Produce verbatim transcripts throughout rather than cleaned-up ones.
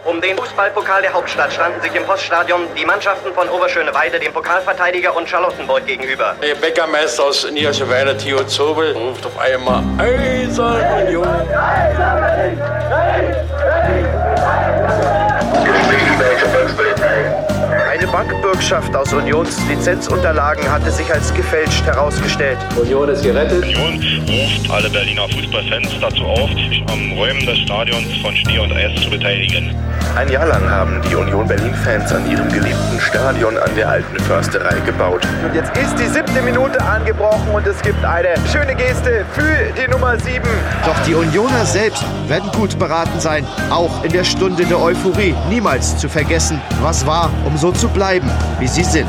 Um den Fußballpokal der Hauptstadt standen sich im Poststadion die Mannschaften von Oberschöneweide, dem Pokalverteidiger, und Charlottenburg gegenüber. Der Bäckermeister aus Niederschöneweide, Theo Zobel, ruft auf einmal Eisern Union. Eine Bankbürgschaft aus Unions Lizenzunterlagen hatte sich als gefälscht herausgestellt. Union ist gerettet. Union ruft alle Berliner Fußballfans dazu auf, sich am Räumen des Stadions von Schnee und Eis zu beteiligen. Ein Jahr lang haben die Union Berlin-Fans an ihrem geliebten Stadion an der Alten Försterei gebaut. Und jetzt ist die siebte Minute angebrochen und es gibt eine schöne Geste für die Nummer sieben. Doch die Unioner selbst werden gut beraten sein, auch in der Stunde der Euphorie niemals zu vergessen, was war, um so zu bleiben, wie sie sind.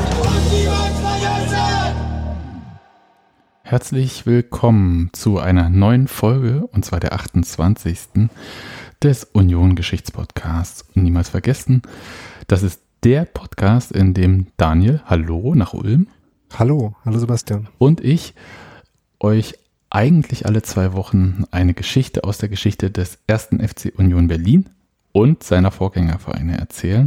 Herzlich willkommen zu einer neuen Folge, und zwar der achtundzwanzigsten des Union-Geschichtspodcasts. Und niemals vergessen, das ist der Podcast, in dem Daniel, hallo nach Ulm. Hallo, hallo Sebastian. Und ich euch eigentlich alle zwei Wochen eine Geschichte aus der Geschichte des ersten F C Union Berlin und seiner Vorgängervereine erzählen.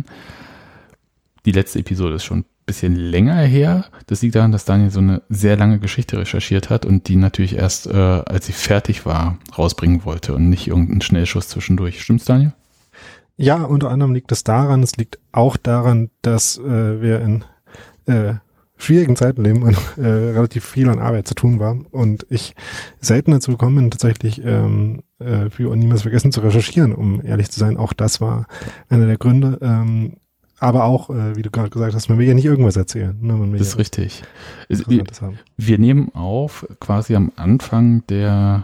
Die letzte Episode ist schon ein bisschen länger her. Das liegt daran, dass Daniel so eine sehr lange Geschichte recherchiert hat und die natürlich erst, äh, als sie fertig war, rausbringen wollte und nicht irgendeinen Schnellschuss zwischendurch. Stimmt's, Daniel? Ja, unter anderem liegt es daran, es liegt auch daran, dass äh, wir in äh, schwierigen Zeiten leben und äh, relativ viel an Arbeit zu tun war und ich selten dazu gekommen bin, tatsächlich ähm, äh, für und niemals vergessen zu recherchieren, um ehrlich zu sein. Auch das war einer der Gründe. Ähm, Aber auch, äh, wie du gerade gesagt hast, man will ja nicht irgendwas erzählen. Ne? Man will das ja ist richtig. Wir, wir nehmen auf quasi am Anfang der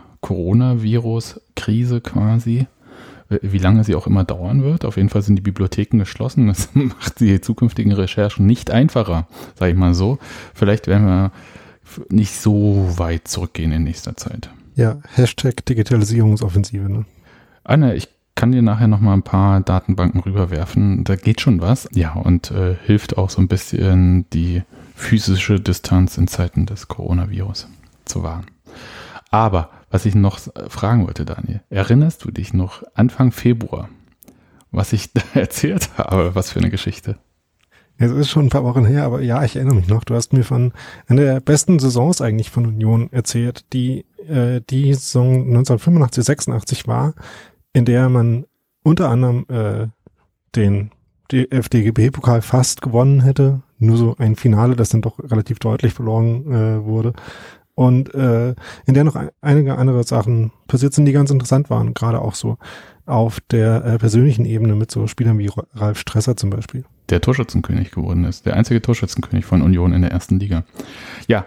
Coronavirus-Krise quasi, wie lange sie auch immer dauern wird. Auf jeden Fall sind die Bibliotheken geschlossen. Das macht die zukünftigen Recherchen nicht einfacher, sage ich mal so. Vielleicht werden wir nicht so weit zurückgehen in nächster Zeit. Ja, Hashtag Digitalisierungsoffensive. Ne? Anna, ich kann dir nachher noch mal ein paar Datenbanken rüberwerfen. Da geht schon was. Ja, und äh, hilft auch so ein bisschen, die physische Distanz in Zeiten des Coronavirus zu wahren. Aber was ich noch fragen wollte, Daniel, erinnerst du dich noch Anfang Februar, was ich da erzählt habe? Was für eine Geschichte. Es ist schon ein paar Wochen her, aber ja, ich erinnere mich noch. Du hast mir von einer der besten Saisons eigentlich von Union erzählt, die äh, die Saison neunzehnhundertfünfundachtzig sechsundachtzig war, in der man unter anderem äh, den F D G B-Pokal fast gewonnen hätte. Nur so ein Finale, das dann doch relativ deutlich verloren äh, wurde. Und äh, in der noch ein, einige andere Sachen passiert sind, die ganz interessant waren. Gerade auch so auf der äh, persönlichen Ebene mit so Spielern wie Ralf Stresser zum Beispiel. Der Torschützenkönig geworden ist. Der einzige Torschützenkönig von Union in der ersten Liga. Ja,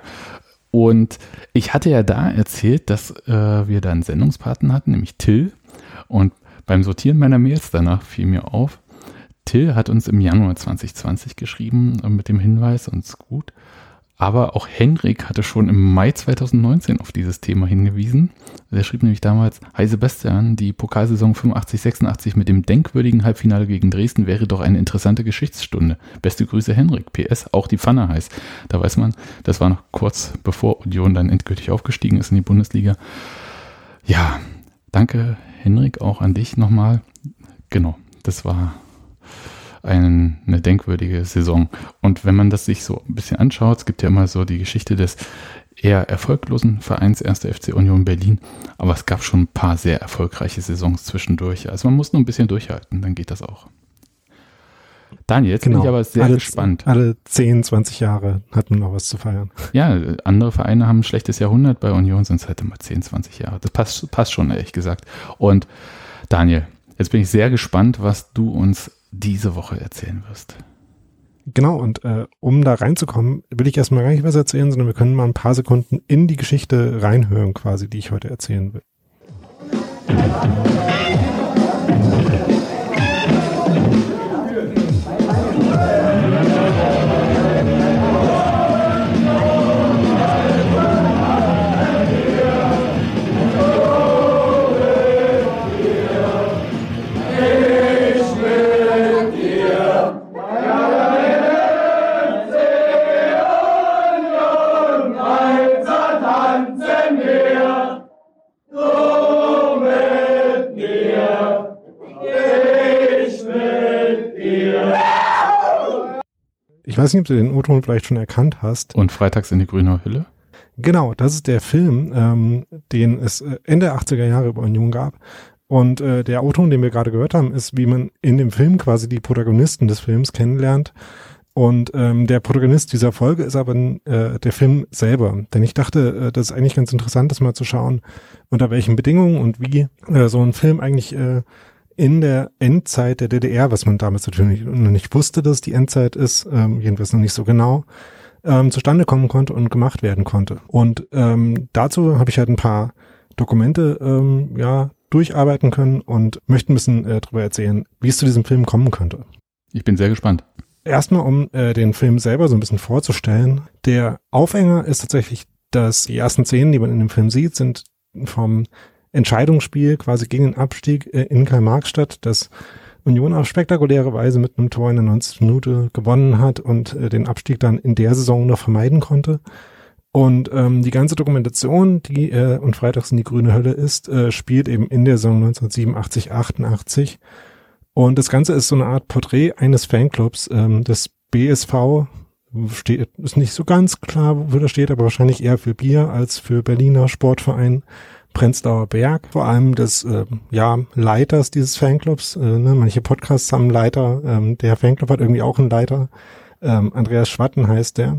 und ich hatte ja da erzählt, dass äh, wir da einen Sendungspartner hatten, nämlich Till. Und beim Sortieren meiner Mails danach fiel mir auf, Till hat uns im Januar zwanzig zwanzig geschrieben mit dem Hinweis, uns gut, aber auch Henrik hatte schon im Mai zweitausendneunzehn auf dieses Thema hingewiesen. Der schrieb nämlich damals: Hi Sebastian, die Pokalsaison fünfundachtzig sechsundachtzig mit dem denkwürdigen Halbfinale gegen Dresden wäre doch eine interessante Geschichtsstunde. Beste Grüße Henrik, P S, auch die Pfanne heiß. Da weiß man, das war noch kurz bevor Union dann endgültig aufgestiegen ist in die Bundesliga. Ja, danke Henrik, auch an dich nochmal. Genau, das war ein, eine denkwürdige Saison. Und wenn man das sich so ein bisschen anschaut, es gibt ja immer so die Geschichte des eher erfolglosen Vereins erster F C Union Berlin, aber es gab schon ein paar sehr erfolgreiche Saisons zwischendurch. Also man muss nur ein bisschen durchhalten, dann geht das auch. Daniel, jetzt genau. bin ich aber sehr alle, gespannt. Alle zehn, zwanzig Jahre hat man noch was zu feiern. Ja, andere Vereine haben ein schlechtes Jahrhundert, bei Union sind es halt immer zehn, zwanzig Jahre. Das passt, passt schon, ehrlich gesagt. Und Daniel, jetzt bin ich sehr gespannt, was du uns diese Woche erzählen wirst. Genau, und äh, um da reinzukommen, will ich erstmal gar nicht was erzählen, sondern wir können mal ein paar Sekunden in die Geschichte reinhören, quasi, die ich heute erzählen will. Tanzen wir, du mit mir. ich weiß nicht, ob du den O-Ton vielleicht schon erkannt hast. Und Freitags in die grüne Hülle? Genau, das ist der Film, ähm, den es Ende der achtziger Jahre über Union gab. Und äh, der O-Ton, den wir gerade gehört haben, ist, wie man in dem Film quasi die Protagonisten des Films kennenlernt. Und ähm, der Protagonist dieser Folge ist aber äh, der Film selber. Denn ich dachte, äh, das ist eigentlich ganz interessant, das mal zu schauen, unter welchen Bedingungen und wie äh, so ein Film eigentlich äh, in der Endzeit der D D R, was man damals natürlich noch nicht wusste, dass die Endzeit ist, ähm, jedenfalls noch nicht so genau, ähm, zustande kommen konnte und gemacht werden konnte. Und ähm, dazu habe ich halt ein paar Dokumente ähm, ja durcharbeiten können und möchte ein bisschen äh, darüber erzählen, wie es zu diesem Film kommen könnte. Ich bin sehr gespannt. Erstmal, um äh, den Film selber so ein bisschen vorzustellen. Der Aufhänger ist tatsächlich, dass die ersten Szenen, die man in dem Film sieht, sind vom Entscheidungsspiel quasi gegen den Abstieg äh, in Karl-Marx-Stadt, das Union auf spektakuläre Weise mit einem Tor in der neunzigsten Minute gewonnen hat und äh, den Abstieg dann in der Saison noch vermeiden konnte. Und ähm, die ganze Dokumentation, die äh, und Freitags in die grüne Hölle ist, äh, spielt eben in der Saison neunzehnhundertsiebenundachtzig, achtundachtzig. Und das Ganze ist so eine Art Porträt eines Fanclubs ähm, des B S V. Steht, ist nicht so ganz klar, wofür das steht, aber wahrscheinlich eher für Bier als für Berliner Sportverein Prenzlauer Berg. Vor allem des äh, ja, Leiters dieses Fanclubs. Äh, ne? Manche Podcasts haben einen Leiter. Ähm, der Fanclub hat irgendwie auch einen Leiter. Ähm, Andreas Schwatten heißt der.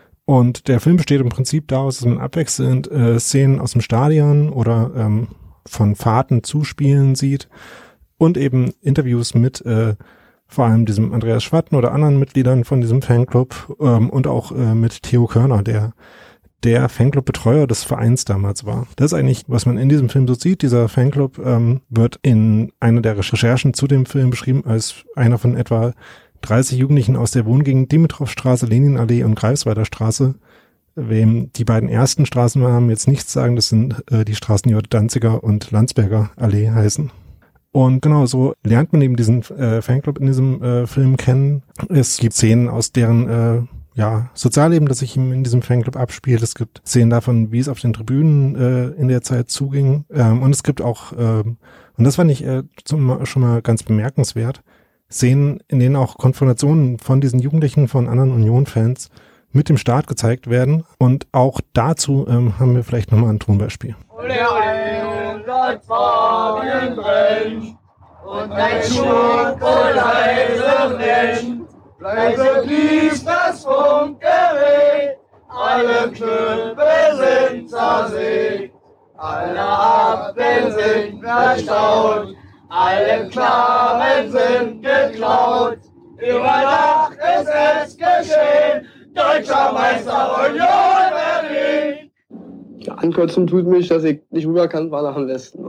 Und der Film besteht im Prinzip daraus, dass man abwechselnd äh, Szenen aus dem Stadion oder ähm, von Fahrten zu Spielen sieht. Und eben Interviews mit äh, vor allem diesem Andreas Schwatten oder anderen Mitgliedern von diesem Fanclub ähm, und auch äh, mit Theo Körner, der der Fanclub-Betreuer des Vereins damals war. Das ist eigentlich, was man in diesem Film so sieht. Dieser Fanclub ähm, wird in einer der Recherchen zu dem Film beschrieben als einer von etwa dreißig Jugendlichen aus der Wohngegend Dimitrovstraße, Leninallee und Greifswalder Straße. Wem die beiden ersten Straßennamen jetzt nichts sagen, das sind äh, die Straßen, die heute Danziger und Landsberger Allee heißen. Und genau, so lernt man eben diesen äh, Fanclub in diesem äh, Film kennen. Es gibt Szenen aus deren äh, ja Sozialleben, das sich in diesem Fanclub abspielt. Es gibt Szenen davon, wie es auf den Tribünen äh, in der Zeit zuging. Ähm, und es gibt auch, ähm, und das fand ich äh, zum, schon mal ganz bemerkenswert, Szenen, in denen auch Konfrontationen von diesen Jugendlichen, von anderen Union-Fans mit dem Staat gezeigt werden. Und auch dazu ähm, haben wir vielleicht nochmal ein Tonbeispiel. Ole, ole, und das Fabian brennt, und ein Schmuck und leise brennt, leise fließt das Funkgerät, alle Knüppel sind zersägt, alle Apfel sind verstaut, alle Knaben sind geklaut, über Nacht ist es geschehen, deutscher Meister Union Berlin. Ja, ankotzen tut mich, dass ich nicht rüberkannt war nach dem Westen.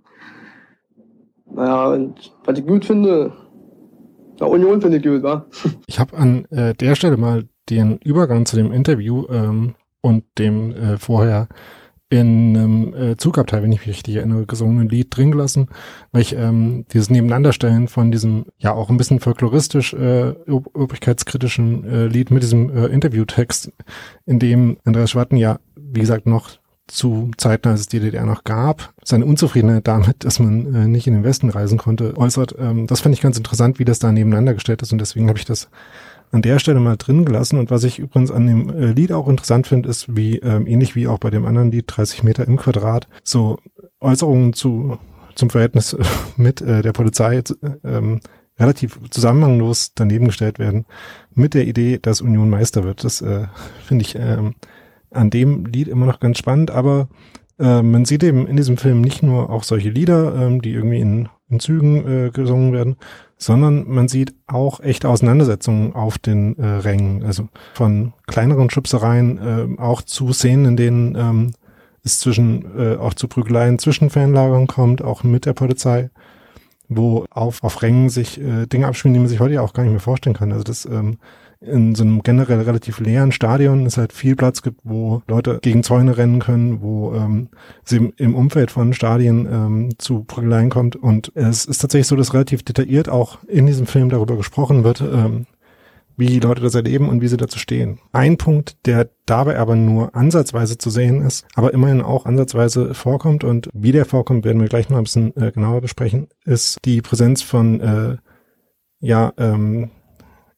Naja, und was ich gut finde, na, Union finde ich gut, wa? Ich habe an äh, der Stelle mal den Übergang zu dem Interview ähm, und dem äh, vorher in einem äh, Zugabteil, wenn ich mich richtig erinnere, gesungenen Lied drin gelassen, weil ich ähm, dieses Nebeneinanderstellen von diesem, ja auch ein bisschen folkloristisch, äh, obrigkeitskritischen äh, Lied mit diesem äh, Interviewtext, in dem Andreas Schwatten ja, wie gesagt, noch zu Zeiten, als es die D D R noch gab, seine Unzufriedenheit damit, dass man äh, nicht in den Westen reisen konnte, äußert. Ähm, das fand ich ganz interessant, wie das da nebeneinander gestellt ist, und deswegen habe ich das an der Stelle mal drin gelassen. Und was ich übrigens an dem äh, Lied auch interessant finde, ist, wie ähm, ähnlich wie auch bei dem anderen Lied dreißig Meter im Quadrat, so Äußerungen zu zum Verhältnis mit äh, der Polizei äh, ähm, relativ zusammenhanglos daneben gestellt werden mit der Idee, dass Union Meister wird. Das äh, finde ich ähm, an dem Lied immer noch ganz spannend, aber äh, man sieht eben in diesem Film nicht nur auch solche Lieder, ähm, die irgendwie in, in Zügen äh, gesungen werden, sondern man sieht auch echte Auseinandersetzungen auf den äh, Rängen, also von kleineren Schubsereien äh, auch zu Szenen, in denen ähm, es zwischen äh, auch zu Prügeleien zwischen Fanlagern kommt, auch mit der Polizei, wo auf auf Rängen sich äh, Dinge abspielen, die man sich heute ja auch gar nicht mehr vorstellen kann. Also das ähm, in so einem generell relativ leeren Stadion es halt viel Platz gibt, wo Leute gegen Zäune rennen können, wo ähm, es im, im Umfeld von Stadien ähm, zu Prügeleien kommt. Und es ist tatsächlich so, dass relativ detailliert auch in diesem Film darüber gesprochen wird, ähm, wie die Leute das erleben und wie sie dazu stehen. Ein Punkt, der dabei aber nur ansatzweise zu sehen ist, aber immerhin auch ansatzweise vorkommt, und wie der vorkommt, werden wir gleich noch ein bisschen äh, genauer besprechen, ist die Präsenz von äh, ja ähm,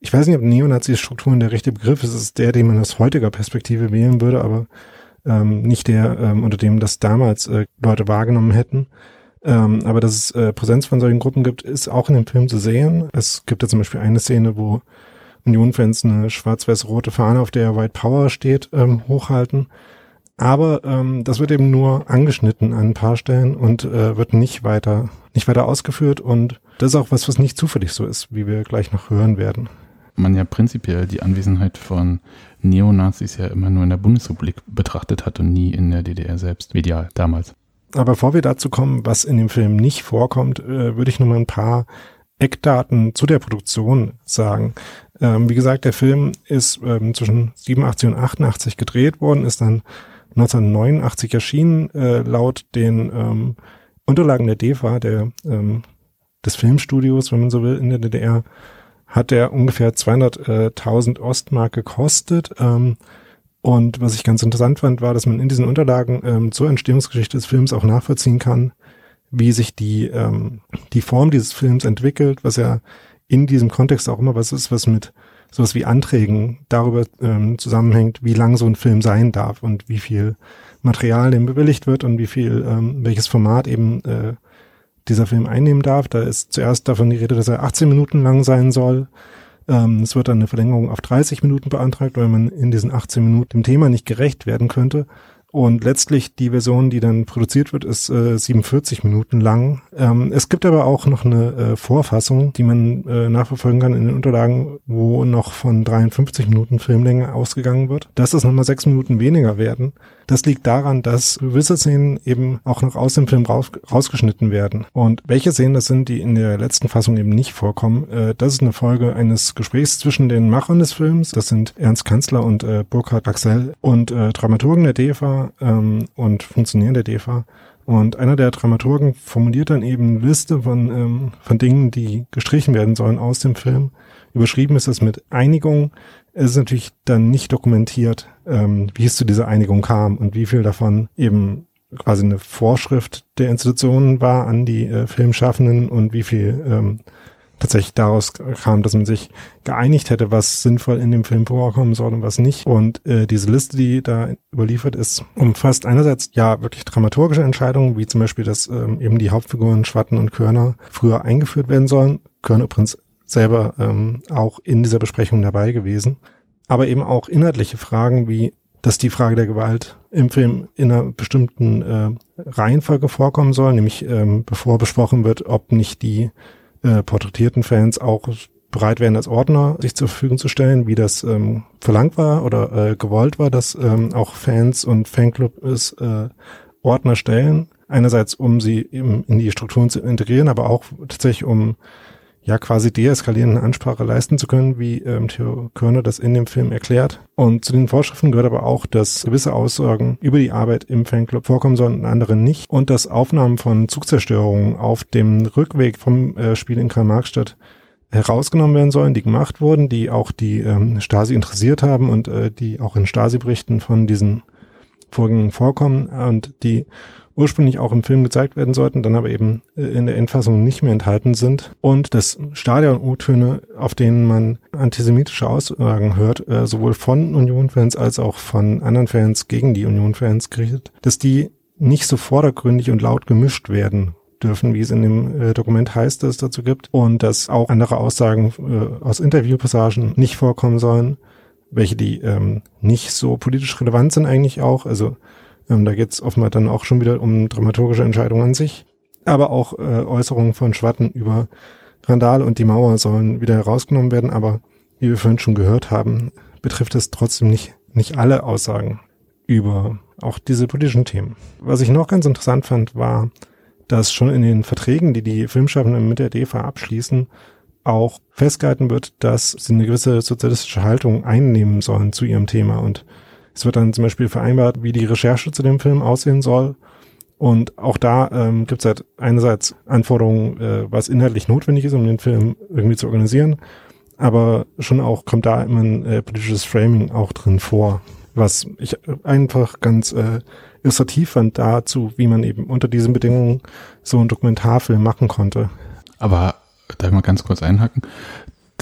ich weiß nicht, ob Neonazi-Strukturen der richtige Begriff ist. Es ist der, den man aus heutiger Perspektive wählen würde, aber ähm, nicht der, ähm, unter dem das damals äh, Leute wahrgenommen hätten. Ähm, aber dass es äh, Präsenz von solchen Gruppen gibt, ist auch in dem Film zu sehen. Es gibt ja zum Beispiel eine Szene, wo Union-Fans eine schwarz-weiß-rote Fahne, auf der White Power steht, ähm, hochhalten. Aber ähm, das wird eben nur angeschnitten an ein paar Stellen und äh, wird nicht weiter, nicht weiter ausgeführt. Und das ist auch was, was nicht zufällig so ist, wie wir gleich noch hören werden. Man ja prinzipiell die Anwesenheit von Neonazis ja immer nur in der Bundesrepublik betrachtet hat und nie in der D D R selbst, medial damals. Aber bevor wir dazu kommen, was in dem Film nicht vorkommt, äh, würde ich noch mal ein paar Eckdaten zu der Produktion sagen. Ähm, wie gesagt, der Film ist ähm, zwischen siebenundachtzig und achtundachtzig gedreht worden, ist dann neunzehnhundertneunundachtzig erschienen, äh, laut den ähm, Unterlagen der D E F A, der, ähm, des Filmstudios, wenn man so will, in der D D R, hat er ungefähr zweihunderttausend Ostmark gekostet. Ähm, und was ich ganz interessant fand, war, dass man in diesen Unterlagen ähm, zur Entstehungsgeschichte des Films auch nachvollziehen kann, wie sich die ähm, die Form dieses Films entwickelt, was ja in diesem Kontext auch immer was ist, was mit sowas wie Anträgen darüber ähm, zusammenhängt, wie lang so ein Film sein darf und wie viel Material dem bewilligt wird und wie viel, ähm, welches Format eben äh, dieser Film einnehmen darf. Da ist zuerst davon die Rede, dass er achtzehn Minuten lang sein soll. Ähm, es wird dann eine Verlängerung auf dreißig Minuten beantragt, weil man in diesen achtzehn Minuten dem Thema nicht gerecht werden könnte. Und letztlich die Version, die dann produziert wird, ist äh, siebenundvierzig Minuten lang. Ähm, es gibt aber auch noch eine äh, Vorfassung, die man äh, nachverfolgen kann in den Unterlagen, wo noch von dreiundfünfzig Minuten Filmlänge ausgegangen wird. Dass es nochmal sechs Minuten weniger werden. Das liegt daran, dass gewisse Szenen eben auch noch aus dem Film raus, rausgeschnitten werden. Und welche Szenen das sind, die in der letzten Fassung eben nicht vorkommen, äh, das ist eine Folge eines Gesprächs zwischen den Machern des Films. Das sind Ernst Kanzler und äh, Burkhard Axel und äh, Dramaturgen der D E F A ähm, und Funktionären der D E F A. Und einer der Dramaturgen formuliert dann eben eine Liste von, ähm, von Dingen, die gestrichen werden sollen aus dem Film. Überschrieben ist es mit Einigung. Es ist natürlich dann nicht dokumentiert, ähm, wie es zu dieser Einigung kam und wie viel davon eben quasi eine Vorschrift der Institutionen war an die äh, Filmschaffenden und wie viel ähm, tatsächlich daraus kam, dass man sich geeinigt hätte, was sinnvoll in dem Film vorkommen soll und was nicht. Und äh, diese Liste, die da überliefert ist, umfasst einerseits ja wirklich dramaturgische Entscheidungen, wie zum Beispiel, dass ähm, eben die Hauptfiguren Schwatten und Körner früher eingeführt werden sollen. Körner übrigens selber ähm, auch in dieser Besprechung dabei gewesen. Aber eben auch inhaltliche Fragen, wie dass die Frage der Gewalt im Film in einer bestimmten äh, Reihenfolge vorkommen soll, nämlich ähm, bevor besprochen wird, ob nicht die äh, porträtierten Fans auch bereit wären, als Ordner sich zur Verfügung zu stellen, wie das ähm, verlangt war oder äh, gewollt war, dass ähm, auch Fans und Fanclubs äh, Ordner stellen. Einerseits, um sie eben in die Strukturen zu integrieren, aber auch tatsächlich, um ja quasi deeskalierende Ansprache leisten zu können, wie ähm, Theo Körner das in dem Film erklärt. Und zu den Vorschriften gehört aber auch, dass gewisse Aussagen über die Arbeit im Fanclub vorkommen sollen und andere nicht. Und dass Aufnahmen von Zugzerstörungen auf dem Rückweg vom äh, Spiel in Karl-Marx-Stadt herausgenommen werden sollen, die gemacht wurden, die auch die ähm, Stasi interessiert haben und äh, die auch in Stasi-Berichten von diesen Vorgängen vorkommen und die ursprünglich auch im Film gezeigt werden sollten, dann aber eben in der Endfassung nicht mehr enthalten sind. Und das Stadion-O-Töne, auf denen man antisemitische Aussagen hört, äh, sowohl von Union-Fans als auch von anderen Fans gegen die Union-Fans gerichtet, dass die nicht so vordergründig und laut gemischt werden dürfen, wie es in dem äh, Dokument heißt, das es dazu gibt. Und dass auch andere Aussagen äh, aus Interviewpassagen nicht vorkommen sollen, welche die ähm, nicht so politisch relevant sind eigentlich auch. Also Ähm, da geht es offenbar dann auch schon wieder um dramaturgische Entscheidungen an sich. Aber auch äh, Äußerungen von Schwatten über Randale und die Mauer sollen wieder herausgenommen werden. Aber wie wir vorhin schon gehört haben, betrifft es trotzdem nicht, nicht alle Aussagen über auch diese politischen Themen. Was ich noch ganz interessant fand, war, dass schon in den Verträgen, die die Filmschaffenden mit der D E F A abschließen, auch festgehalten wird, dass sie eine gewisse sozialistische Haltung einnehmen sollen zu ihrem Thema. Und es wird dann zum Beispiel vereinbart, wie die Recherche zu dem Film aussehen soll. Und auch da ähm, gibt es halt einerseits Anforderungen, äh, was inhaltlich notwendig ist, um den Film irgendwie zu organisieren. Aber schon auch kommt da immer ein äh, politisches Framing auch drin vor, was ich einfach ganz äh, illustrativ fand dazu, wie man eben unter diesen Bedingungen so einen Dokumentarfilm machen konnte. Aber darf ich mal ganz kurz einhaken?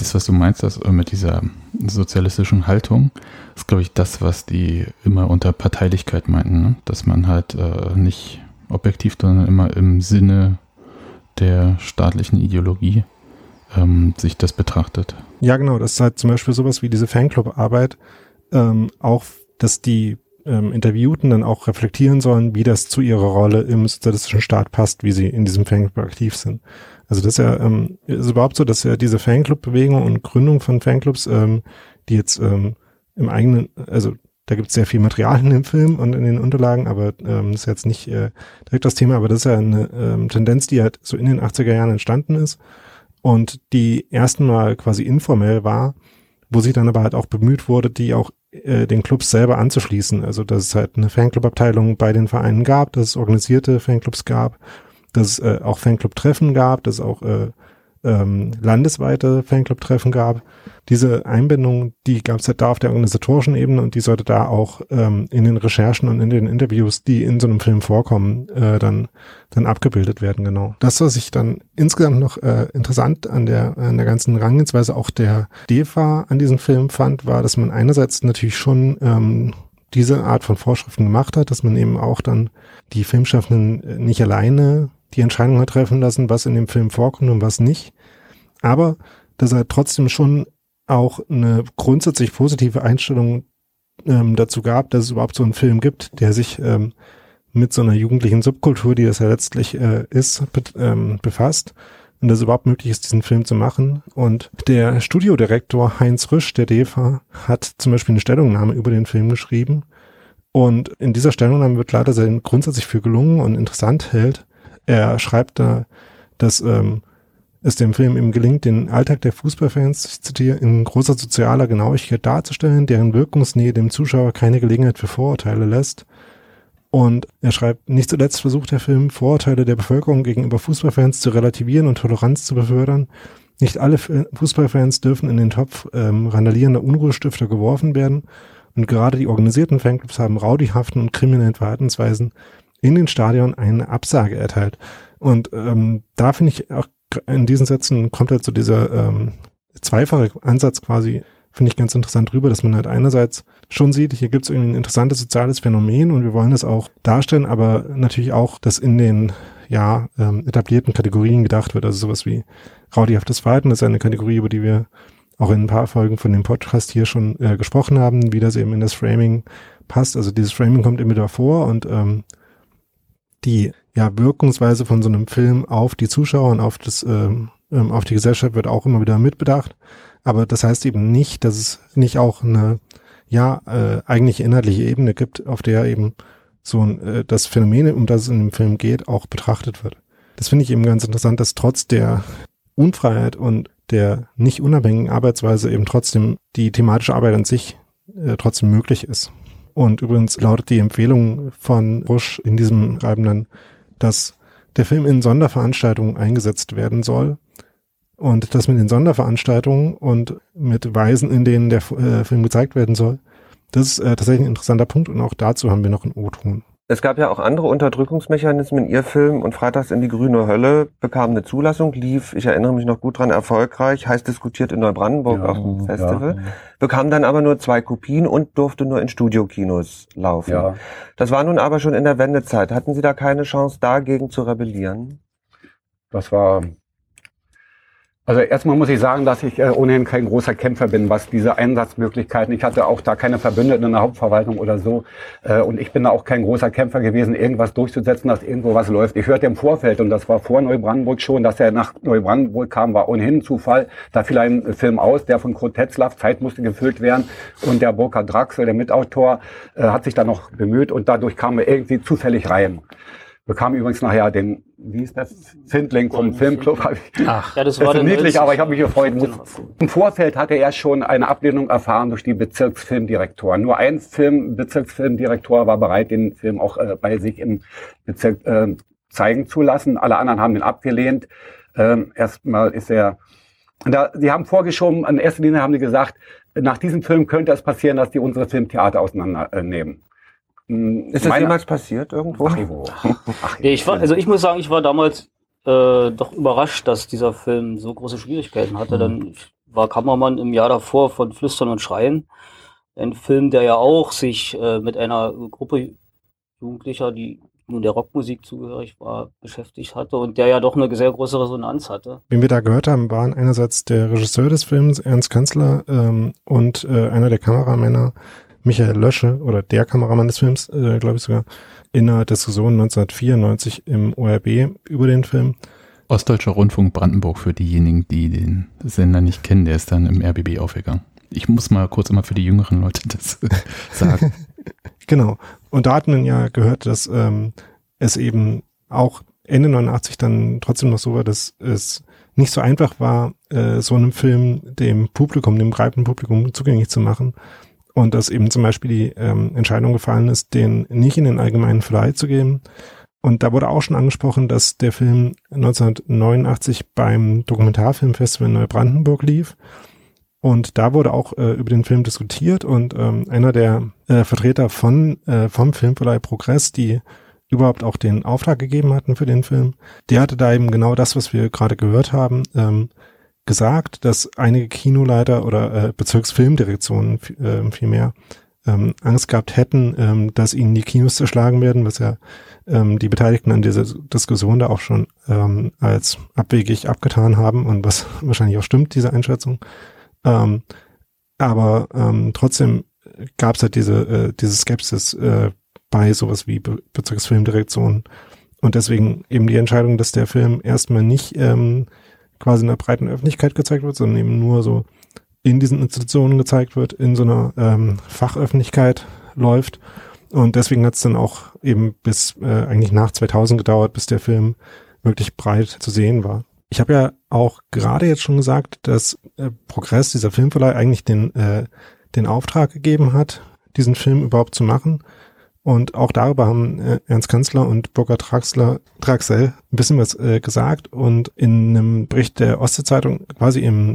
das, was du meinst, das mit dieser sozialistischen Haltung, ist, glaube ich, das, was die immer unter Parteilichkeit meinten, ne? Dass man halt äh, nicht objektiv, sondern immer im Sinne der staatlichen Ideologie ähm, sich das betrachtet. Ja, genau, das ist halt zum Beispiel sowas wie diese Fanclub-Arbeit, ähm, auch, dass die ähm, Interviewten dann auch reflektieren sollen, wie das zu ihrer Rolle im sozialistischen Staat passt, wie sie in diesem Fanclub aktiv sind. Also das ist ja ähm, ist überhaupt so, dass ja diese Fanclub-Bewegung und Gründung von Fanclubs, ähm, die jetzt ähm, im eigenen, also da gibt es sehr viel Material in dem Film und in den Unterlagen, aber ähm, das ist jetzt nicht äh, direkt das Thema, aber das ist ja eine ähm, Tendenz, die halt so in den achtziger Jahren entstanden ist und die ersten Mal quasi informell war, wo sich dann aber halt auch bemüht wurde, die auch äh, den Clubs selber anzuschließen. Also dass es halt eine Fanclub-Abteilung bei den Vereinen gab, dass es organisierte Fanclubs gab, dass es äh, auch Fanclub-Treffen gab, dass es auch äh, ähm, landesweite Fanclub-Treffen gab. Diese Einbindung, die gab es halt da auf der organisatorischen Ebene und die sollte da auch ähm, in den Recherchen und in den Interviews, die in so einem Film vorkommen, äh, dann dann abgebildet werden, genau. Das, was ich dann insgesamt noch äh, interessant an der an der ganzen Herangehensweise auch der D E F A an diesem Film fand, war, dass man einerseits natürlich schon ähm, diese Art von Vorschriften gemacht hat, dass man eben auch dann die Filmschaffenden nicht alleine die Entscheidung hat treffen lassen, was in dem Film vorkommt und was nicht. Aber dass er trotzdem schon auch eine grundsätzlich positive Einstellung ähm, dazu gab, dass es überhaupt so einen Film gibt, der sich ähm, mit so einer jugendlichen Subkultur, die das ja letztlich äh, ist, be- ähm, befasst und dass es überhaupt möglich ist, diesen Film zu machen. Und der Studiodirektor Heinz Rüsch, der D E F A, hat zum Beispiel eine Stellungnahme über den Film geschrieben und in dieser Stellungnahme wird klar, dass er ihn grundsätzlich für gelungen und interessant hält. Er schreibt da, dass ähm, es dem Film eben gelingt, den Alltag der Fußballfans, ich zitiere, in großer sozialer Genauigkeit darzustellen, deren Wirkungsnähe dem Zuschauer keine Gelegenheit für Vorurteile lässt. Und er schreibt, nicht zuletzt versucht der Film, Vorurteile der Bevölkerung gegenüber Fußballfans zu relativieren und Toleranz zu befördern. Nicht alle Fußballfans dürfen in den Topf ähm, randalierender Unruhestifter geworfen werden. Und gerade die organisierten Fanclubs haben rowdyhaften und kriminellen Verhaltensweisen in den Stadion eine Absage erteilt. Und ähm, da finde ich auch, in diesen Sätzen kommt halt so dieser ähm, zweifache Ansatz quasi, finde ich ganz interessant rüber, dass man halt einerseits schon sieht, hier gibt es irgendwie ein interessantes soziales Phänomen und wir wollen das auch darstellen, aber natürlich auch, dass in den ja ähm, etablierten Kategorien gedacht wird, also sowas wie rowdyhaftes Verhalten, das ist eine Kategorie, über die wir auch in ein paar Folgen von dem Podcast hier schon äh, gesprochen haben, wie das eben in das Framing passt. Also dieses Framing kommt immer wieder vor und ähm, die ja Wirkungsweise von so einem Film auf die Zuschauer und auf das ähm, auf die Gesellschaft wird auch immer wieder mitbedacht, aber das heißt eben nicht, dass es nicht auch eine ja äh, eigentlich inhaltliche Ebene gibt, auf der eben so ein, äh, das Phänomen, um das es in dem Film geht, auch betrachtet wird. Das finde ich eben ganz interessant, dass trotz der Unfreiheit und der nicht unabhängigen Arbeitsweise eben trotzdem die thematische Arbeit an sich äh, trotzdem möglich ist. Und übrigens lautet die Empfehlung von Rusch in diesem Schreiben dann, dass der Film in Sonderveranstaltungen eingesetzt werden soll und dass mit den Sonderveranstaltungen und mit Weisen, in denen der äh, Film gezeigt werden soll, das ist äh, tatsächlich ein interessanter Punkt und auch dazu haben wir noch einen O-Ton. Es gab ja auch andere Unterdrückungsmechanismen in Ihr Film und Freitags in die grüne Hölle bekam eine Zulassung, lief, ich erinnere mich noch gut dran, erfolgreich, heiß diskutiert in Neubrandenburg ja, auf dem Festival, ja. Bekam dann aber nur zwei Kopien und durfte nur in Studiokinos laufen. Ja. Das war nun aber schon in der Wendezeit. Hatten Sie da keine Chance, dagegen zu rebellieren? Das war... Also erstmal muss ich sagen, dass ich äh, ohnehin kein großer Kämpfer bin, was diese Einsatzmöglichkeiten, ich hatte auch da keine Verbündeten in der Hauptverwaltung oder so äh, und ich bin da auch kein großer Kämpfer gewesen, irgendwas durchzusetzen, dass irgendwo was läuft. Ich hörte im Vorfeld, und das war vor Neubrandenburg schon, dass er nach Neubrandenburg kam, war ohnehin ein Zufall. Da fiel ein Film aus, der von Kurt Tetzlaff, Zeit musste gefüllt werden, und der Burkhard Draxel, der Mitautor, äh, hat sich da noch bemüht und dadurch kam er irgendwie zufällig rein. Bekam übrigens nachher den, wie ist das, Findling vom Filmclub. Ach, ja, das, das war ist niedlich, aber ich habe mich gefreut. Im Vorfeld hatte er schon eine Ablehnung erfahren durch die Bezirksfilmdirektoren. Nur ein Film, Bezirksfilmdirektor war bereit, den Film auch äh, bei sich im Bezirk äh, zeigen zu lassen. Alle anderen haben den abgelehnt. Ähm, erstmal ist er, da, sie haben vorgeschoben, in erster Linie haben sie gesagt, nach diesem Film könnte es passieren, dass die unsere Filmtheater auseinandernehmen. Ist das Meine, jemals passiert irgendwo? Ach, wo? Ach, nee, ich war, also ich muss sagen, ich war damals äh, doch überrascht, dass dieser Film so große Schwierigkeiten hatte. Dann war Kameramann im Jahr davor von Flüstern und Schreien. Ein Film, der ja auch sich äh, mit einer Gruppe Jugendlicher, die nun der Rockmusik zugehörig war, beschäftigt hatte und der ja doch eine sehr große Resonanz hatte. Wen wir da gehört haben, waren einerseits der Regisseur des Films, Ernst Kanzler, ähm, und äh, einer der Kameramänner, Michael Lösche, oder der Kameramann des Films, äh, glaube ich sogar, in einer Diskussion neunzehnhundertvierundneunzig im O R B über den Film. Ostdeutscher Rundfunk Brandenburg für diejenigen, die den Sender nicht kennen, der ist dann im R B B aufgegangen. Ich muss mal kurz immer für die jüngeren Leute das sagen. Genau. Und da hat man ja gehört, dass ähm, es eben auch Ende neunundachtzig dann trotzdem noch so war, dass es nicht so einfach war, äh, so einen Film dem Publikum, dem breiten Publikum zugänglich zu machen. Und dass eben zum Beispiel die ähm, Entscheidung gefallen ist, den nicht in den allgemeinen Verleih zu geben. Und da wurde auch schon angesprochen, dass der Film neunzehnhundertneunundachtzig beim Dokumentarfilmfestival in Neubrandenburg lief. Und da wurde auch äh, über den Film diskutiert und ähm, einer der äh, Vertreter von äh, vom Filmverleih Progress, die überhaupt auch den Auftrag gegeben hatten für den Film, der hatte da eben genau das, was wir gerade gehört haben, ähm, gesagt, dass einige Kinoleiter oder äh, Bezirksfilmdirektionen äh, vielmehr ähm, Angst gehabt hätten, ähm, dass ihnen die Kinos zerschlagen werden, was ja ähm, die Beteiligten an dieser Diskussion da auch schon ähm, als abwegig abgetan haben und was wahrscheinlich auch stimmt, diese Einschätzung. Ähm, aber ähm, trotzdem gab es halt diese, äh, diese Skepsis äh, bei sowas wie Be- Bezirksfilmdirektion und deswegen eben die Entscheidung, dass der Film erstmal nicht ähm, quasi in der breiten Öffentlichkeit gezeigt wird, sondern eben nur so in diesen Institutionen gezeigt wird, in so einer ähm, Fachöffentlichkeit läuft und deswegen hat es dann auch eben bis äh, eigentlich nach zweitausend gedauert, bis der Film wirklich breit zu sehen war. Ich habe ja auch gerade jetzt schon gesagt, dass äh, Progress, dieser Filmverleih, eigentlich den äh, den Auftrag gegeben hat, diesen Film überhaupt zu machen. Und auch darüber haben äh, Ernst Kanzler und Burkhard Traxler, Traxel ein bisschen was äh, gesagt. Und in einem Bericht der Ostsee-Zeitung quasi im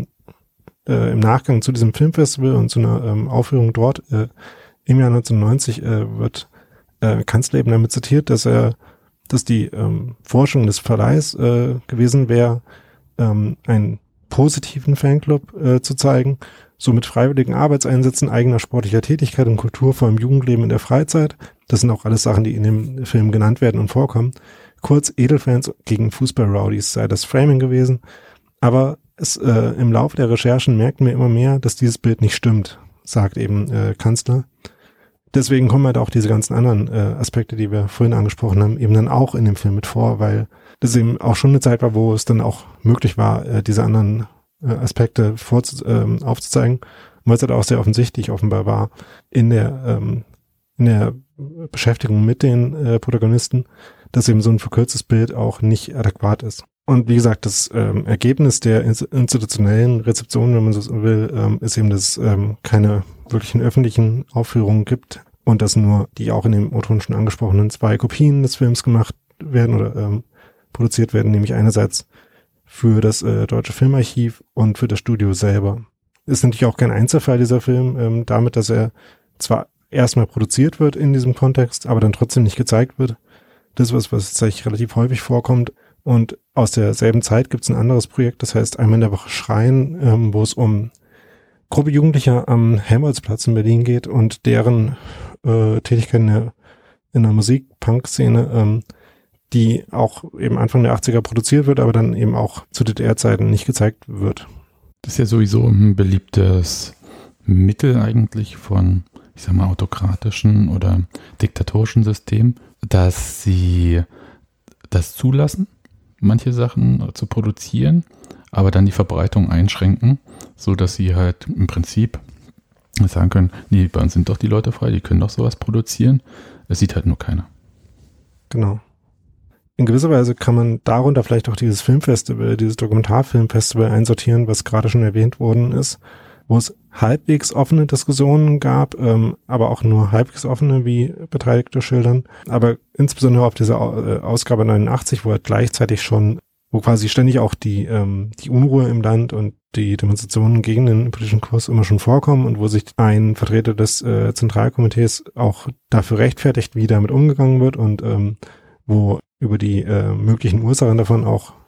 äh, im Nachgang zu diesem Filmfestival und zu einer ähm, Aufführung dort äh, im Jahr neunzehnhundertneunzig äh, wird äh, Kanzler eben damit zitiert, dass er dass die ähm, Forschung des Verleihs äh, gewesen wäre, ähm, einen positiven Fanclub äh, zu zeigen, so mit freiwilligen Arbeitseinsätzen, eigener sportlicher Tätigkeit und Kultur vor allem Jugendleben in der Freizeit. Das sind auch alles Sachen, die in dem Film genannt werden und vorkommen. Kurz, Edelfans gegen Fußball-Rowdies sei das Framing gewesen. Aber es, äh, im Laufe der Recherchen merken wir immer mehr, dass dieses Bild nicht stimmt, sagt eben äh, Kanzler. Deswegen kommen halt auch diese ganzen anderen äh, Aspekte, die wir vorhin angesprochen haben, eben dann auch in dem Film mit vor, weil das eben auch schon eine Zeit war, wo es dann auch möglich war, äh, diese anderen äh, Aspekte vorzu- äh, aufzuzeigen, weil es halt auch sehr offensichtlich offenbar war in der ähm, in der Beschäftigung mit den äh, Protagonisten, dass eben so ein verkürztes Bild auch nicht adäquat ist. Und wie gesagt, das ähm, Ergebnis der institutionellen Rezeption, wenn man so will, ähm, ist eben, dass es ähm, keine wirklichen öffentlichen Aufführungen gibt und dass nur die auch in dem O-Ton schon angesprochenen zwei Kopien des Films gemacht werden oder ähm, produziert werden, nämlich einerseits für das äh, Deutsche Filmarchiv und für das Studio selber. Ist natürlich auch kein Einzelfall, dieser Film, ähm, damit, dass er zwar erstmal produziert wird in diesem Kontext, aber dann trotzdem nicht gezeigt wird. Das ist was, was tatsächlich relativ häufig vorkommt. Und aus derselben Zeit gibt es ein anderes Projekt, das heißt Einmal in der Woche Schreien, ähm, wo es um Gruppe Jugendlicher am Helmholtzplatz in Berlin geht und deren äh, Tätigkeit in der, in der Musik-Punk-Szene, ähm, die auch eben Anfang der achtziger produziert wird, aber dann eben auch zu D D R-Zeiten nicht gezeigt wird. Das ist ja sowieso ein beliebtes Mittel eigentlich von, ich sag mal, autokratischen oder diktatorischen Systemen, dass sie das zulassen, manche Sachen zu produzieren, aber dann die Verbreitung einschränken, so dass sie halt im Prinzip sagen können, nee, bei uns sind doch die Leute frei, die können doch sowas produzieren, es sieht halt nur keiner. Genau. In gewisser Weise kann man darunter vielleicht auch dieses Filmfestival, dieses Dokumentarfilmfestival einsortieren, was gerade schon erwähnt worden ist, wo es halbwegs offene Diskussionen gab, ähm, aber auch nur halbwegs offene, wie Beteiligte schildern. Aber insbesondere auf dieser äh, Ausgabe neunundachtzig, wo halt gleichzeitig schon, wo quasi ständig auch die ähm, die Unruhe im Land und die Demonstrationen gegen den politischen Kurs immer schon vorkommen und wo sich ein Vertreter des äh, Zentralkomitees auch dafür rechtfertigt, wie damit umgegangen wird und ähm, wo über die äh, möglichen Ursachen davon auch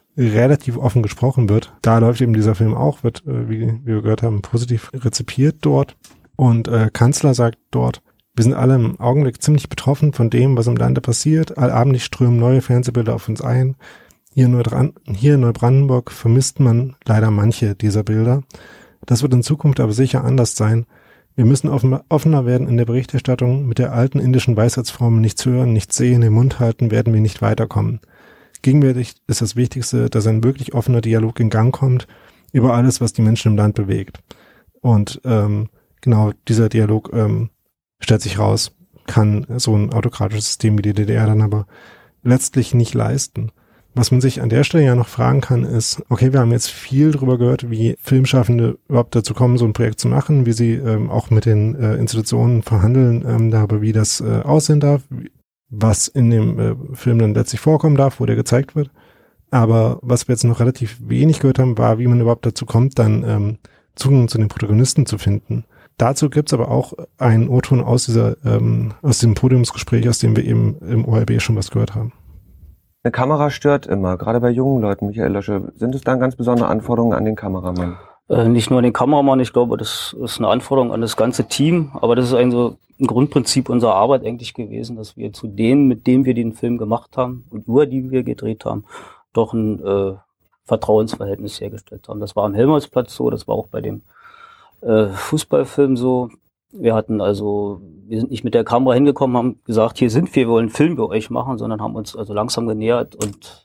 relativ offen gesprochen wird. Da läuft eben dieser Film auch, wird, äh, wie, wie wir gehört haben, positiv rezipiert dort. Und äh, Kanzler sagt dort, wir sind alle im Augenblick ziemlich betroffen von dem, was im Lande passiert. Allabendlich strömen neue Fernsehbilder auf uns ein. Hier in, Neudran- hier in Neubrandenburg vermisst man leider manche dieser Bilder. Das wird in Zukunft aber sicher anders sein. Wir müssen offen, offener werden in der Berichterstattung. Mit der alten indischen Weisheitsformel nichts hören, nichts sehen, den Mund halten, werden wir nicht weiterkommen. Gegenwärtig ist das Wichtigste, dass ein wirklich offener Dialog in Gang kommt über alles, was die Menschen im Land bewegt. Und ähm, genau dieser Dialog ähm, stellt sich raus, kann so ein autokratisches System wie die D D R dann aber letztlich nicht leisten. Was man sich an der Stelle ja noch fragen kann, ist, okay, wir haben jetzt viel drüber gehört, wie Filmschaffende überhaupt dazu kommen, so ein Projekt zu machen, wie sie ähm, auch mit den äh, Institutionen verhandeln, ähm, darüber, wie das äh, aussehen darf, was in dem äh, Film dann letztlich vorkommen darf, wo der gezeigt wird. Aber was wir jetzt noch relativ wenig gehört haben, war, wie man überhaupt dazu kommt, dann ähm, Zugang zu den Protagonisten zu finden. Dazu gibt's aber auch einen O-Ton aus dieser, ähm, aus dem Podiumsgespräch, aus dem wir eben im O R B schon was gehört haben. Eine Kamera stört immer, gerade bei jungen Leuten, Michael Lösche. Sind es dann ganz besondere Anforderungen an den Kameramann? Äh, nicht nur an den Kameramann, ich glaube, das ist eine Anforderung an das ganze Team, aber das ist ein, so ein Grundprinzip unserer Arbeit eigentlich gewesen, dass wir zu denen, mit denen wir den Film gemacht haben und über die wir gedreht haben, doch ein äh, Vertrauensverhältnis hergestellt haben. Das war am Helmholtzplatz so, das war auch bei dem äh, Fußballfilm so. Wir hatten also, wir sind nicht mit der Kamera hingekommen, haben gesagt, hier sind wir, wir wollen einen Film für euch machen, sondern haben uns also langsam genähert und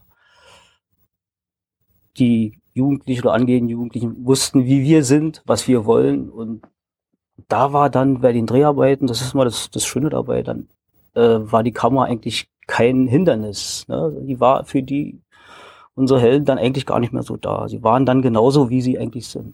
die Jugendlichen oder angehenden Jugendlichen wussten, wie wir sind, was wir wollen. Und da war dann bei den Dreharbeiten, das ist mal das, das Schöne dabei, dann äh, war die Kamera eigentlich kein Hindernis. Ne? Die war für die unsere Helden dann eigentlich gar nicht mehr so da. Sie waren dann genauso, wie sie eigentlich sind.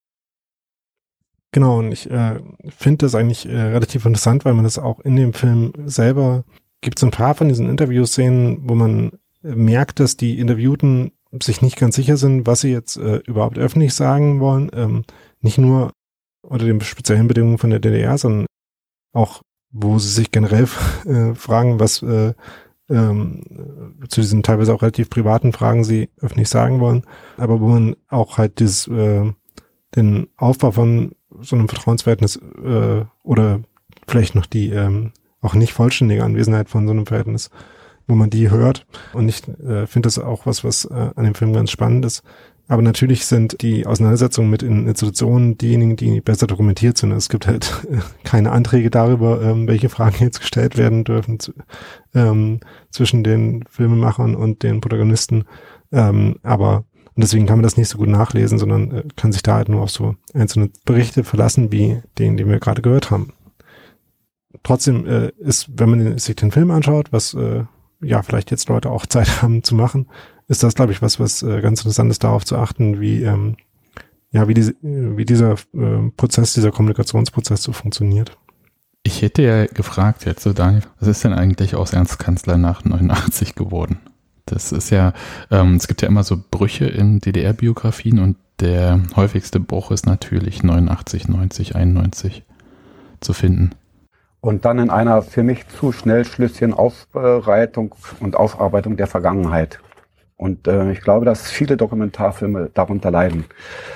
Genau, und ich äh, finde das eigentlich äh, relativ interessant, weil man das auch in dem Film selber, gibt es ein paar von diesen Interviewszenen, wo man äh, merkt, dass die Interviewten sich nicht ganz sicher sind, was sie jetzt äh, überhaupt öffentlich sagen wollen. Ähm, nicht nur unter den speziellen Bedingungen von der D D R, sondern auch, wo sie sich generell äh, fragen, was äh, ähm, zu diesen teilweise auch relativ privaten Fragen sie öffentlich sagen wollen. Aber wo man auch halt dieses, äh, den Aufbau von so einem Vertrauensverhältnis äh, oder vielleicht noch die ähm, auch nicht vollständige Anwesenheit von so einem Verhältnis, wo man die hört. Und ich äh, finde das auch was, was äh, an dem Film ganz spannend ist. Aber natürlich sind die Auseinandersetzungen mit Institutionen diejenigen, die besser dokumentiert sind. Es gibt halt äh, keine Anträge darüber, ähm, welche Fragen jetzt gestellt werden dürfen zu, ähm, zwischen den Filmemachern und den Protagonisten. Ähm, aber und deswegen kann man das nicht so gut nachlesen, sondern äh, kann sich da halt nur auf so einzelne Berichte verlassen, wie den, den wir gerade gehört haben. Trotzdem äh, ist, wenn man sich den Film anschaut, was äh, ja vielleicht jetzt Leute auch Zeit haben zu machen, ist das, glaube ich, was, was äh, ganz interessant ist, darauf zu achten, wie ähm, ja wie diese, wie dieser äh, Prozess, dieser Kommunikationsprozess so funktioniert. Ich hätte ja gefragt jetzt so, Daniel, was ist denn eigentlich aus Ernst Kanzler nach neunundachtzig geworden? Das ist ja, ähm, es gibt ja immer so Brüche in D D R-Biografien und der häufigste Bruch ist natürlich neunundachtzig, neunzig, einundneunzig zu finden. Und dann in einer für mich zu schnellschlüssigen Aufbereitung und Aufarbeitung der Vergangenheit. Und äh, ich glaube, dass viele Dokumentarfilme darunter leiden.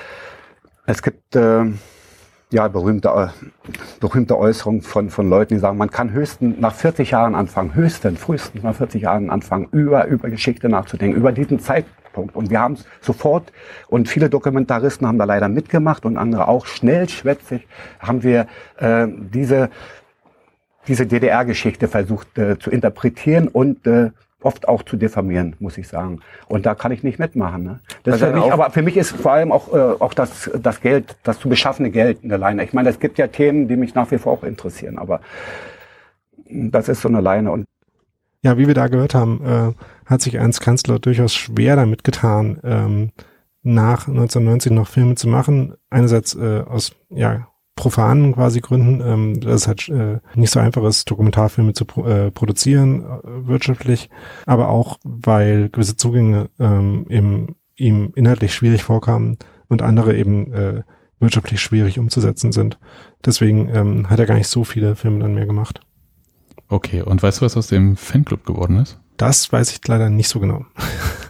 Es gibt äh, ja berühmte, äh, berühmte Äußerungen von, von Leuten, die sagen, man kann höchstens nach vierzig Jahren anfangen, höchstens, frühestens nach vierzig Jahren anfangen, über, über Geschichte nachzudenken, über diesen Zeitpunkt. Und wir haben es sofort, und viele Dokumentaristen haben da leider mitgemacht und andere auch, schnellschwätzig haben wir äh, diese diese D D R-Geschichte versucht äh, zu interpretieren und äh, oft auch zu diffamieren, muss ich sagen. Und da kann ich nicht mitmachen. Ne? Das Also ist für mich, auch- aber für mich ist vor allem auch, äh, auch das, das Geld, das zu beschaffene Geld eine Leine. Ich meine, es gibt ja Themen, die mich nach wie vor auch interessieren, aber das ist so eine Leine. Und Ja, wie wir da gehört haben, äh, hat sich Ernst Kanzler durchaus schwer damit getan, ähm, nach neunzehnhundertneunzig noch Filme zu machen. Einerseits äh, aus ja profanen quasi Gründen, ähm, dass es halt äh, nicht so einfach ist, Dokumentarfilme zu pro, äh, produzieren, äh, wirtschaftlich, aber auch, weil gewisse Zugänge ähm, eben, ihm inhaltlich schwierig vorkamen und andere eben äh, wirtschaftlich schwierig umzusetzen sind. Deswegen ähm, hat er gar nicht so viele Filme dann mehr gemacht. Okay, und weißt du, was aus dem Fanclub geworden ist? Das weiß ich leider nicht so genau.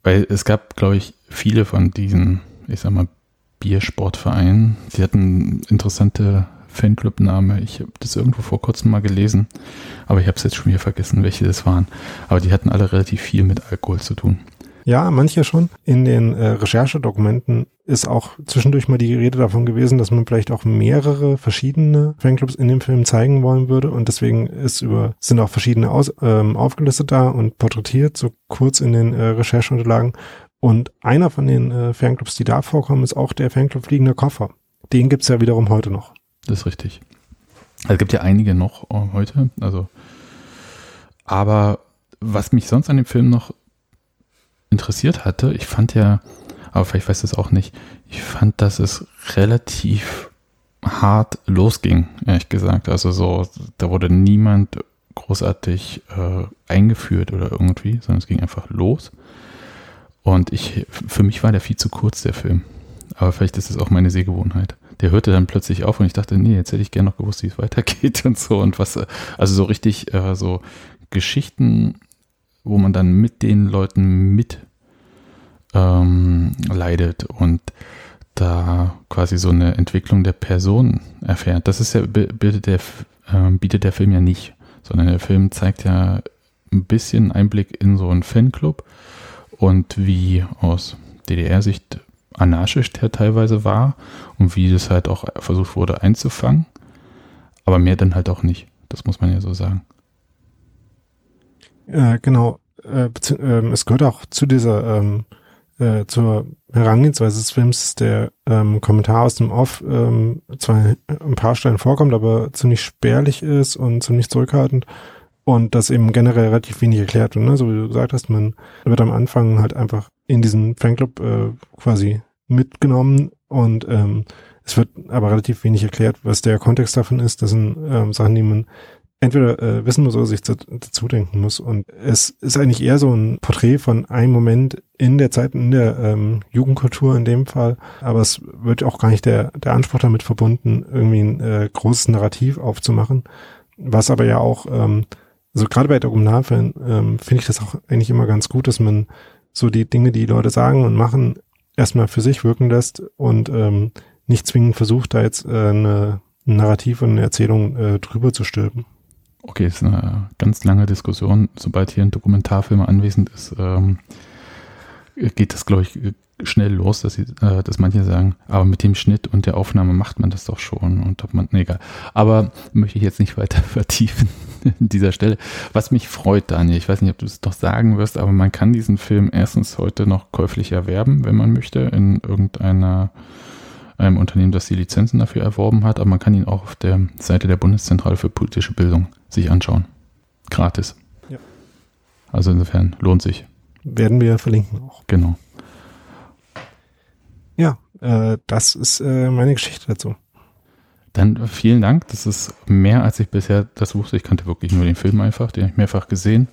Weil es gab, glaube ich, viele von diesen, ich sag mal, Biersportvereinen. Sie hatten interessante Fanclub-Name. Ich habe das irgendwo vor kurzem mal gelesen, aber ich habe es jetzt schon wieder vergessen, welche das waren. Aber die hatten alle relativ viel mit Alkohol zu tun. Ja, manche schon. In den äh, Recherchedokumenten ist auch zwischendurch mal die Rede davon gewesen, dass man vielleicht auch mehrere verschiedene Fanclubs in dem Film zeigen wollen würde und deswegen ist über sind auch verschiedene aus, ähm, aufgelistet da und porträtiert, so kurz in den äh, Rechercheunterlagen. Und einer von den äh, Fanclubs, die da vorkommen, ist auch der Fanclub Fliegender Koffer. Den gibt's ja wiederum heute noch. Das ist richtig. Also es gibt ja einige noch äh, heute, also aber was mich sonst an dem Film noch interessiert hatte, ich fand ja, aber vielleicht weißt du es auch nicht, ich fand, dass es relativ hart losging, ehrlich gesagt. Also so, da wurde niemand großartig äh, eingeführt oder irgendwie, sondern es ging einfach los. Und ich, für mich war der viel zu kurz, der Film. Aber vielleicht ist es auch meine Sehgewohnheit. Der hörte dann plötzlich auf und ich dachte, nee, jetzt hätte ich gerne noch gewusst, wie es weitergeht und so und was, also so richtig äh, so Geschichten, wo man dann mit den Leuten mit ähm, leidet und da quasi so eine Entwicklung der Person erfährt. Das ist ja, bietet der, äh, bietet der Film ja nicht, sondern der Film zeigt ja ein bisschen Einblick in so einen Fanclub und wie aus D D R-Sicht anarchisch der teilweise war und wie das halt auch versucht wurde einzufangen, aber mehr dann halt auch nicht. Das muss man ja so sagen. Äh, genau. Äh, äh, es gehört auch zu dieser, ähm, äh, zur Herangehensweise des Films, der ähm, Kommentar aus dem Off ähm, zwar ein paar Stellen vorkommt, aber ziemlich spärlich ist und ziemlich zurückhaltend und das eben generell relativ wenig erklärt wird. Ne? So wie du gesagt hast, man wird am Anfang halt einfach in diesen Fanclub äh, quasi mitgenommen und ähm, es wird aber relativ wenig erklärt, was der Kontext davon ist. Das sind ähm, Sachen, die man entweder äh, wissen muss oder sich dazu denken muss. Und es ist eigentlich eher so ein Porträt von einem Moment in der Zeit, in der ähm, Jugendkultur in dem Fall. Aber es wird auch gar nicht der, der Anspruch damit verbunden, irgendwie ein äh, großes Narrativ aufzumachen. Was aber ja auch, ähm, also gerade bei Dokumentarfilmen ähm, finde ich das auch eigentlich immer ganz gut, dass man so die Dinge, die, die Leute sagen und machen, erstmal für sich wirken lässt und ähm, nicht zwingend versucht, da jetzt äh, eine, ein Narrativ und eine Erzählung äh, drüber zu stülpen. Okay, das ist eine ganz lange Diskussion. Sobald hier ein Dokumentarfilm anwesend ist, ähm, geht das, glaube ich, schnell los, dass, sie, äh, dass manche sagen, aber mit dem Schnitt und der Aufnahme macht man das doch schon. Und ob man, nee, egal. Aber möchte ich jetzt nicht weiter vertiefen an dieser Stelle. Was mich freut, Daniel, ich weiß nicht, ob du es doch sagen wirst, aber man kann diesen Film erstens heute noch käuflich erwerben, wenn man möchte, in irgendeiner einem Unternehmen, das die Lizenzen dafür erworben hat, aber man kann ihn auch auf der Seite der Bundeszentrale für politische Bildung sich anschauen. Gratis. Ja. Also insofern lohnt sich. Werden wir verlinken auch. Genau. Ja, äh, das ist äh, meine Geschichte dazu. Dann vielen Dank. Das ist mehr, als ich bisher das wusste. Ich kannte wirklich nur den Film einfach, den habe ich mehrfach gesehen.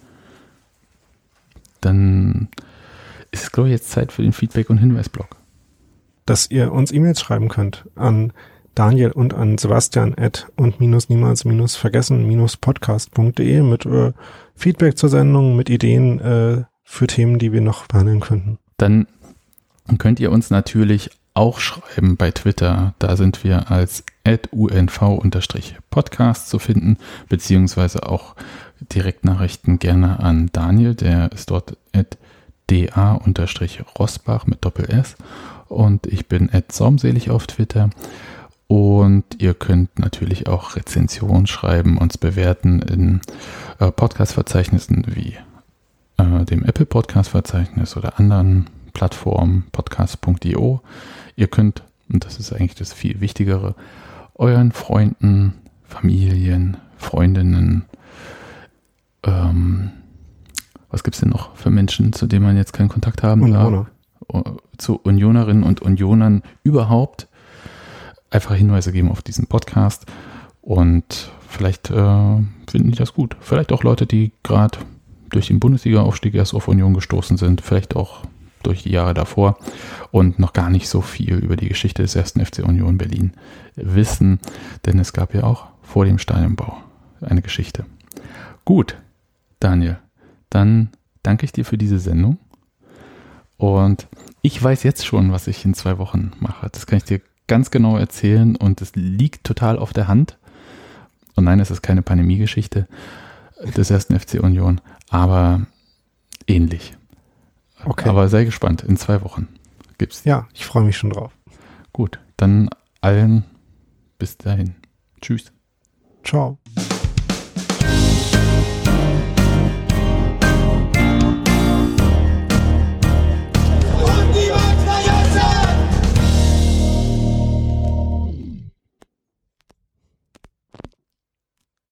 Dann ist es, glaube ich, jetzt Zeit für den Feedback- und Hinweisblock. Dass ihr uns E-Mails schreiben könnt an Daniel und an Sebastian at und minus niemals minus vergessen minus podcast punkt de mit äh, Feedback zur Sendung, mit Ideen äh, für Themen, die wir noch behandeln könnten. Dann könnt ihr uns natürlich auch schreiben bei Twitter. Da sind wir als at u n v podcast zu finden, beziehungsweise auch Direktnachrichten gerne an Daniel, der ist dort at da Rosbach mit Doppel-S. Und ich bin at saumselig auf Twitter. Und ihr könnt natürlich auch Rezensionen schreiben, uns bewerten in äh, Podcast-Verzeichnissen wie äh, dem Apple-Podcast-Verzeichnis oder anderen Plattformen, podcast punkt io. Ihr könnt, und das ist eigentlich das viel Wichtigere, euren Freunden, Familien, Freundinnen, ähm, was gibt es denn noch für Menschen, zu denen man jetzt keinen Kontakt haben darf? Zu Unionerinnen und Unionern überhaupt einfach Hinweise geben auf diesen Podcast und vielleicht äh, finden die das gut. Vielleicht auch Leute, die gerade durch den Bundesliga-Aufstieg erst auf Union gestoßen sind, vielleicht auch durch die Jahre davor und noch gar nicht so viel über die Geschichte des ersten F C Union Berlin wissen, denn es gab ja auch vor dem Stadionbau eine Geschichte. Gut, Daniel, dann danke ich dir für diese Sendung. Und ich weiß jetzt schon, was ich in zwei Wochen mache. Das kann ich dir ganz genau erzählen und es liegt total auf der Hand. Und nein, es ist keine Pandemie-Geschichte des ersten F C Union, aber ähnlich. Okay. Aber sei gespannt, in zwei Wochen gibt's. Ja, ich freue mich schon drauf. Gut, dann allen bis dahin. Tschüss. Ciao.